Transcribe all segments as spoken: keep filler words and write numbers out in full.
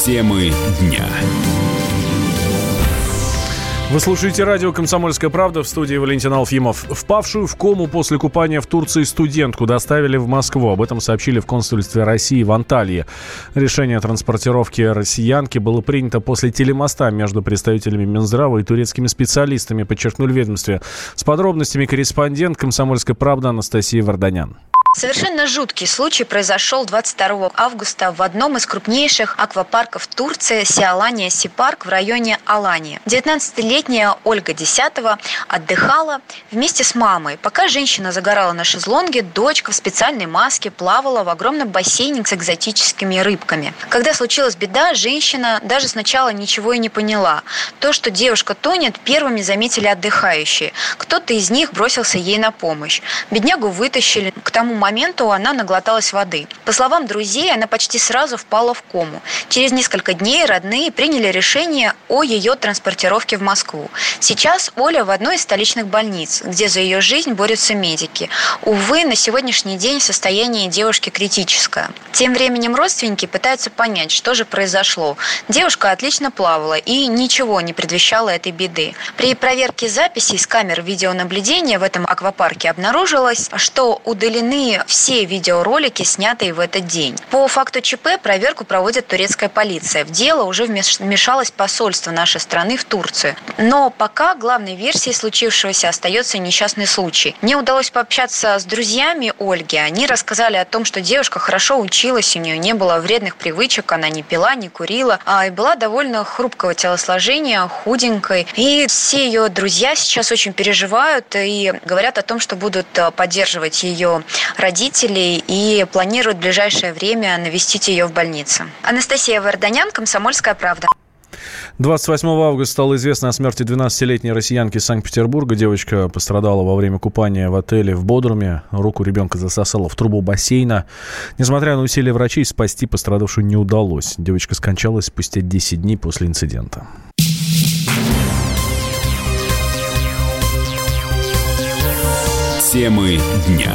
Темы дня. Вы слушаете радио «Комсомольская правда», в студии Валентин Алфимов. Впавшую в кому после купания в Турции студентку доставили в Москву. Об этом сообщили в консульстве России в Анталии. Решение о транспортировке россиянки было принято после телемоста между представителями Минздрава и турецкими специалистами, подчеркнули в ведомстве. С подробностями корреспондент «Комсомольской правды» Анастасия Варданян. Совершенно жуткий случай произошел двадцать второго августа в одном из крупнейших аквапарков Турции Сиалания Си-парк в районе Алании. девятнадцатилетняя Ольга Десятова отдыхала вместе с мамой. Пока женщина загорала на шезлонге, дочка в специальной маске плавала в огромном бассейне с экзотическими рыбками. Когда случилась беда, женщина даже сначала ничего и не поняла. То, что девушка тонет, первыми заметили отдыхающие. Кто-то из них бросился ей на помощь. Беднягу вытащили. К тому моменту она наглоталась воды. По словам друзей, она почти сразу впала в кому. Через несколько дней родные приняли решение о ее транспортировке в Москву. Сейчас Оля в одной из столичных больниц, где за ее жизнь борются медики. Увы, на сегодняшний день состояние девушки критическое. Тем временем родственники пытаются понять, что же произошло. Девушка отлично плавала и ничего не предвещало этой беды. При проверке записей с камер видеонаблюдения в этом аквапарке обнаружилось, что удалены все видеоролики, снятые в этот день. По факту ЧП проверку проводит турецкая полиция. В дело уже вмешалось посольство нашей страны в Турцию. Но пока главной версией случившегося остается несчастный случай. Мне удалось пообщаться с друзьями Ольги. Они рассказали о том, что девушка хорошо училась, у нее не было вредных привычек, она не пила, не курила, а и была довольно хрупкого телосложения, худенькой. И все ее друзья сейчас очень переживают и говорят о том, что будут поддерживать ее родителей и планируют в ближайшее время навестить ее в больнице. Анастасия Варданян, «Комсомольская правда». двадцать восьмого августа стало известно о смерти двенадцатилетней россиянки из Санкт-Петербурга. Девочка пострадала во время купания в отеле в Бодруме. Руку ребенка засосала в трубу бассейна. Несмотря на усилия врачей, спасти пострадавшую не удалось. Девочка скончалась спустя десять дней после инцидента. Темы дня.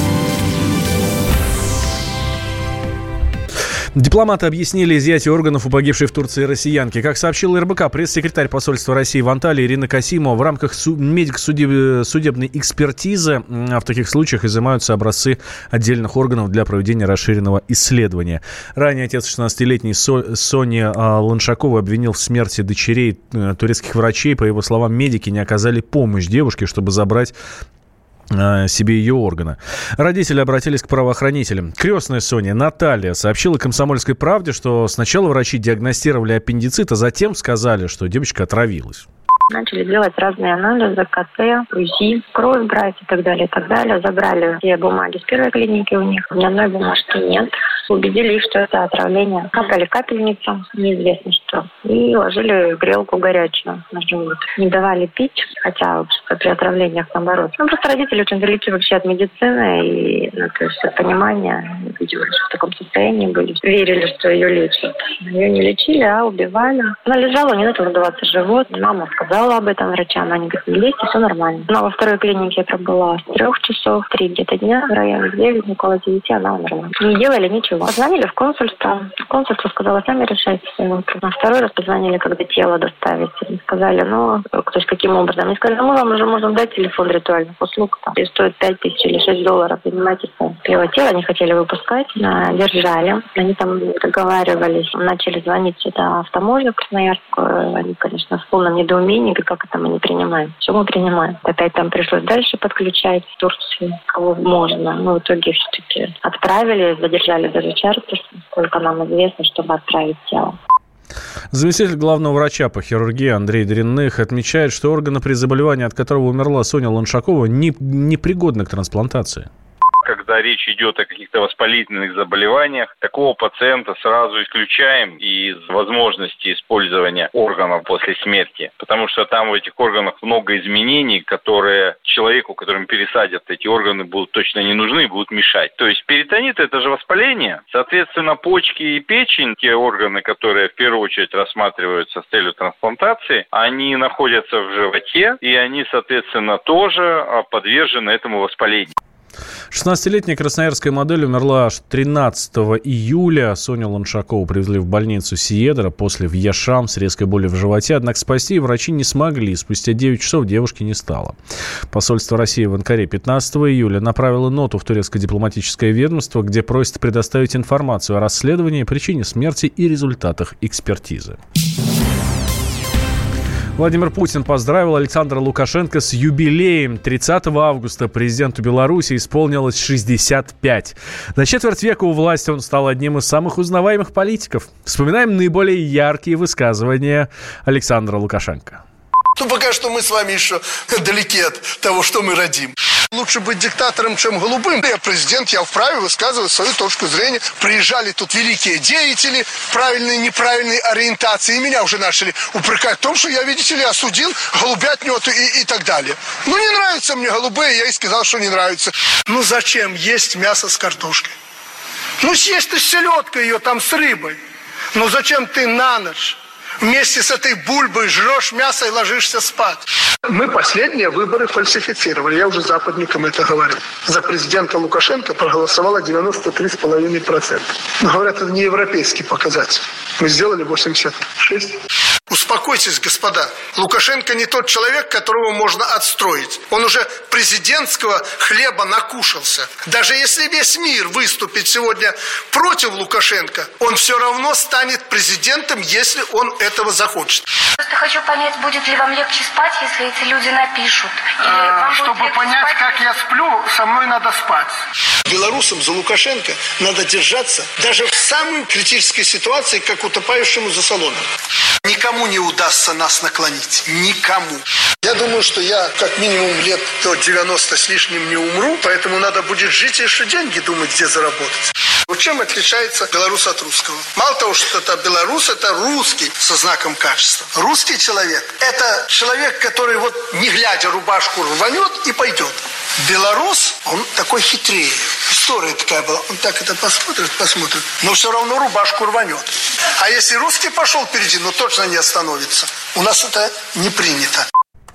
Дипломаты объяснили изъятие органов у погибшей в Турции россиянки. Как сообщил эр бэ ка, пресс-секретарь посольства России в Анталии Ирина Касимова, в рамках су- медико-судебной экспертизы в таких случаях изымаются образцы отдельных органов для проведения расширенного исследования. Ранее отец шестнадцатилетней Со- Сони Ланшаковой обвинил в смерти дочерей турецких врачей. По его словам, медики не оказали помощь девушке, чтобы забрать себе ее органы. Родители обратились к правоохранителям. Крестная Соня Наталья сообщила «Комсомольской правде», что сначала врачи диагностировали аппендицит, а затем сказали, что девочка отравилась. Начали делать разные анализы, ка тэ, УЗИ, кровь брать и так далее, и так далее. Забрали все бумаги с первой клиники у них. Ни одной бумажки нет. Убедили их, что это отравление. Капали капельницу, неизвестно что. И ложили грелку горячую на живот. Не давали пить, хотя при отравлениях наоборот. Ну, просто родители очень далеки вообще от медицины. И, ну, то есть от понимания, видимо, в таком состоянии были. Верили, что ее лечат. Ее не лечили, а убивали. Она лежала, не начал надуваться живот. Мама сказала об этом врачам. Они говорят, не лезьте, все нормально. Но во второй клинике я пробыла с трех часов, три где-то дня, в районе девять, около девяти, она умерла. Не делали ничего. Позвонили в консульство. Консульство сказала, сами решайте свои вопросы. На второй раз позвонили, когда тело доставить. Они сказали, ну, то есть каким образом? Они сказали, ну, мы вам уже можем дать телефон ритуальных услуг. Там, и стоит пять тысяч или шесть долларов. Занимайтесь сами. Его тело не хотели выпускать. Держали. Они там договаривались. Начали звонить сюда в таможню Красноярскую. Они, конечно, в полном недоумении, как это мы не принимаем. Все мы принимаем. Опять там пришлось дальше подключать в Турцию, кого можно. Но в итоге все-таки отправили, задержали даже чартер, сколько нам известно, чтобы отправить тело. Заместитель главного врача по хирургии Андрей Дрянных отмечает, что органы, при заболевании от которого умерла Соня Ланшакова, не, не пригодны к трансплантации. Когда речь идет о каких-то воспалительных заболеваниях, такого пациента сразу исключаем из возможности использования органов после смерти. Потому что там в этих органах много изменений, которые человеку, которым пересадят эти органы, будут точно не нужны и будут мешать. То есть перитонит – это же воспаление. Соответственно, почки и печень, те органы, которые в первую очередь рассматриваются с целью трансплантации, они находятся в животе, и они, соответственно, тоже подвержены этому воспалению. шестнадцатилетняя красноярская модель умерла аж тринадцатого июля. Соню Лоншакову привезли в больницу Сиедра, после в Яшам с резкой болью в животе. Однако спасти врачи не смогли. Спустя девять часов девушки не стало. Посольство России в Анкаре пятнадцатого июля направило ноту в турецкое дипломатическое ведомство, где просит предоставить информацию о расследовании, причине смерти и результатах экспертизы. Владимир Путин поздравил Александра Лукашенко с юбилеем. тридцатого августа президенту Беларуси исполнилось шестьдесят пять. За четверть века у власти он стал одним из самых узнаваемых политиков. Вспоминаем наиболее яркие высказывания Александра Лукашенко. Ну, пока что мы с вами еще далеки от того, что мы родим. Лучше быть диктатором, чем голубым. Я президент, я вправе высказывать свою точку зрения. Приезжали тут великие деятели правильной и неправильной ориентации. И меня уже начали упрекать в том, что я, видите ли, осудил голубятню и, и так далее. Ну, не нравятся мне голубые, я и сказал, что не нравится. Ну, зачем есть мясо с картошкой? Ну, съесть ты селедкой ее там с рыбой. Ну, зачем ты на ночь вместе с этой бульбой жрешь мясо и ложишься спать? Мы последние выборы фальсифицировали. Я уже западникам это говорил. За президента Лукашенко проголосовало девяносто три целых пять десятых процента. Но, говорят, это не европейский показатель. Мы сделали восемьдесят шесть. Успокойтесь, господа. Лукашенко не тот человек, которого можно отстроить. Он уже президентского хлеба накушался. Даже если весь мир выступит сегодня против Лукашенко, он все равно станет президентом, если он этого захочет. Просто хочу понять, будет ли вам легче спать, если эти люди напишут? Или а, вам чтобы понять, спать? Как я сплю, со мной надо спать. Белорусам за Лукашенко надо держаться даже в самой критической ситуации, как утопающему за соломой. Никому не удастся нас наклонить. Никому. Я думаю, что я как минимум лет до девяноста с лишним не умру, поэтому надо будет жить и еще деньги думать, где заработать. Вот чем отличается белорус от русского? Мало того, что это белорус, это русский со знаком качества. Русский человек – это человек, который вот не глядя рубашку рванет и пойдет. Белорус, он такой хитрее. История такая была. Он так это посмотрит, посмотрит, но все равно рубашку рванет. А если русский пошел впереди, ну точно не остановится. У нас это не принято.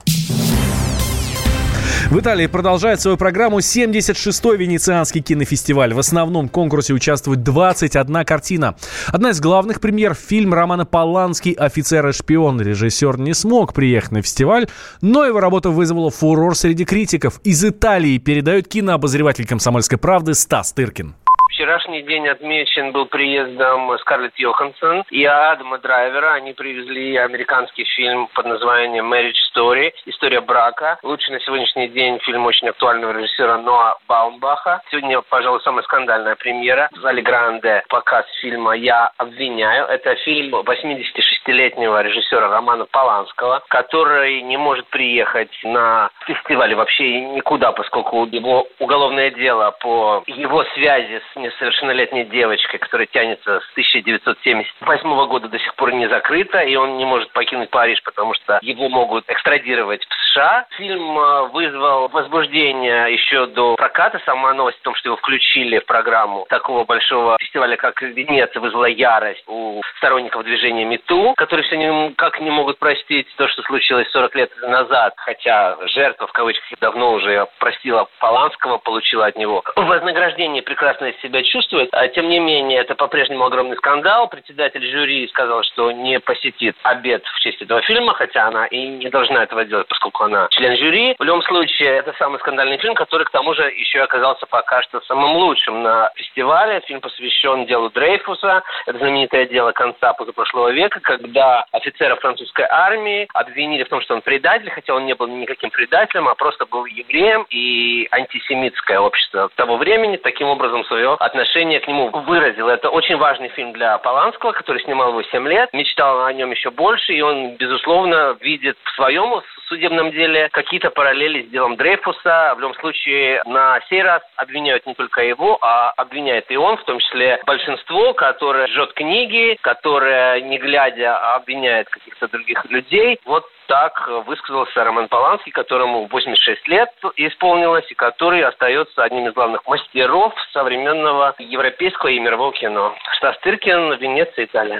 В Италии продолжает свою программу семьдесят шестой Венецианский кинофестиваль. В основном конкурсе участвует двадцать одна картина. Одна из главных премьер — фильм Романа Полански «Офицер и шпион». Режиссер не смог приехать на фестиваль, но его работа вызвала фурор среди критиков. Из Италии передает кинообозреватель «Комсомольской правды» Стас Тыркин. Вчерашний день отмечен был приездом Скарлетт Йоханссон и Адама Драйвера. Они привезли американский фильм под названием «Marriage Story», «История брака». Лучший на сегодняшний день фильм очень актуального режиссера Ноа Баумбаха. Сегодня, пожалуй, самая скандальная премьера. В зале Гранде показ фильма «Я обвиняю». Это фильм восьмидесятишестилетнего режиссера Романа Поланского, который не может приехать на фестиваль вообще никуда, поскольку его уголовное дело по его связи с несовершеннолетней девочкой, которая тянется с тысяча девятьсот семьдесят восьмого года, до сих пор не закрыта, и он не может покинуть Париж, потому что его могут экстрадировать в США. Фильм вызвал возбуждение еще до проката. Сама новость о том, что его включили в программу такого большого фестиваля, как Венеция, вызвала ярость у сторонников движения МИТУ, которые все никак не могут простить то, что случилось сорок лет назад, хотя жертва, в кавычках, давно уже простила Поланского, получила от него вознаграждение, прекрасно себя чувствует. А тем не менее, это по-прежнему огромный скандал. Председатель жюри сказал, что не посетит обед в честь этого фильма, хотя она и не должна этого делать, поскольку она член жюри. В любом случае, это самый скандальный фильм, который, к тому же, еще и оказался пока что самым лучшим на фестивале. Фильм посвящен делу Дрейфуса. Это знаменитое дело конца позапрошлого века, когда офицера французской армии обвинили в том, что он предатель, хотя он не был никаким предателем, а просто был евреем, и антисемитское общество того времени таким образом свое отношение к нему выразило. Это очень важный фильм для Поланского, который снимал его семь лет, мечтал о нем еще больше, и он, безусловно, видит в своем судебном деле какие-то параллели с делом Дрейфуса. В любом случае, на сей раз обвиняют не только его, а обвиняет и он, в том числе большинство, которое жжет книги, которое, не глядя, обвиняет каких-то других людей. Вот так высказался Роман Поланский, которому восемьдесят шесть лет исполнилось, и который остается одним из главных мастеров современного европейского и мирового кино. Стас Тыркин, Венеция, Италия.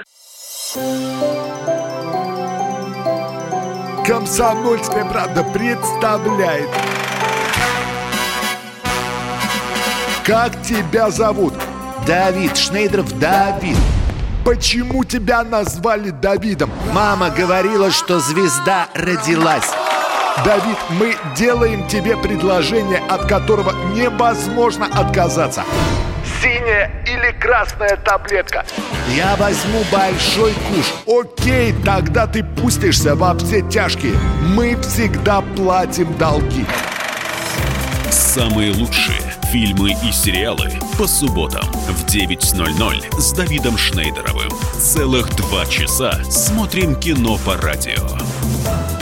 Комсомольская правда представляет Как тебя зовут? Давид, Шнейдеров Давид. Почему тебя назвали Давидом? Мама говорила, что звезда родилась. Давид, мы делаем тебе предложение, от которого невозможно отказаться. Синяя или красная таблетка? Я возьму большой куш. Окей, тогда ты пустишься во все тяжкие. Мы всегда платим долги. Самые лучшие фильмы и сериалы по субботам в девять ноль ноль с Давидом Шнейдеровым. Целых два часа смотрим кино по радио.